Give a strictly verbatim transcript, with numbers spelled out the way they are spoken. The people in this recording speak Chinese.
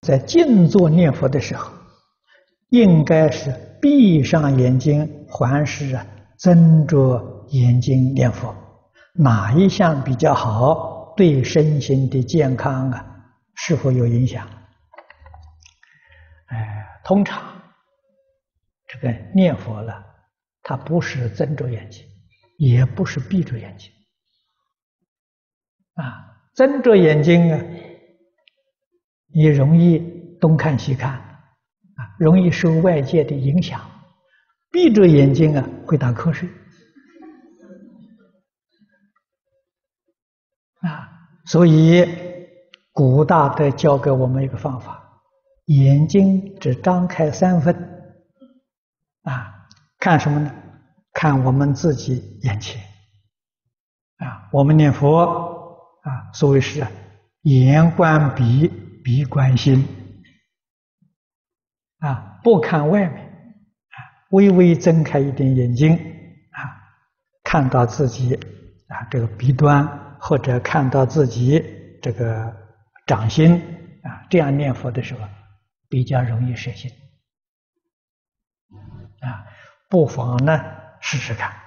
在静坐念佛的时候，应该是闭上眼睛，环视啊，睁着眼睛念佛。哪一项比较好？对身心的健康啊，是否有影响？哎，通常这个念佛了，它不是睁着眼睛，也不是闭着眼睛。啊，睁着眼睛啊，也容易东看西看，啊，容易受外界的影响；闭着眼睛啊，会打瞌睡。啊，所以古大德教给我们一个方法：眼睛只张开三分，啊，看什么呢？看我们自己眼前。啊，我们念佛啊，所谓是眼观鼻，鼻观心。啊，不看外面，啊，微微睁开一点眼睛，啊，看到自己啊这个鼻端，或者看到自己这个掌心，啊，这样念佛的时候比较容易摄心。啊，不妨呢试试看。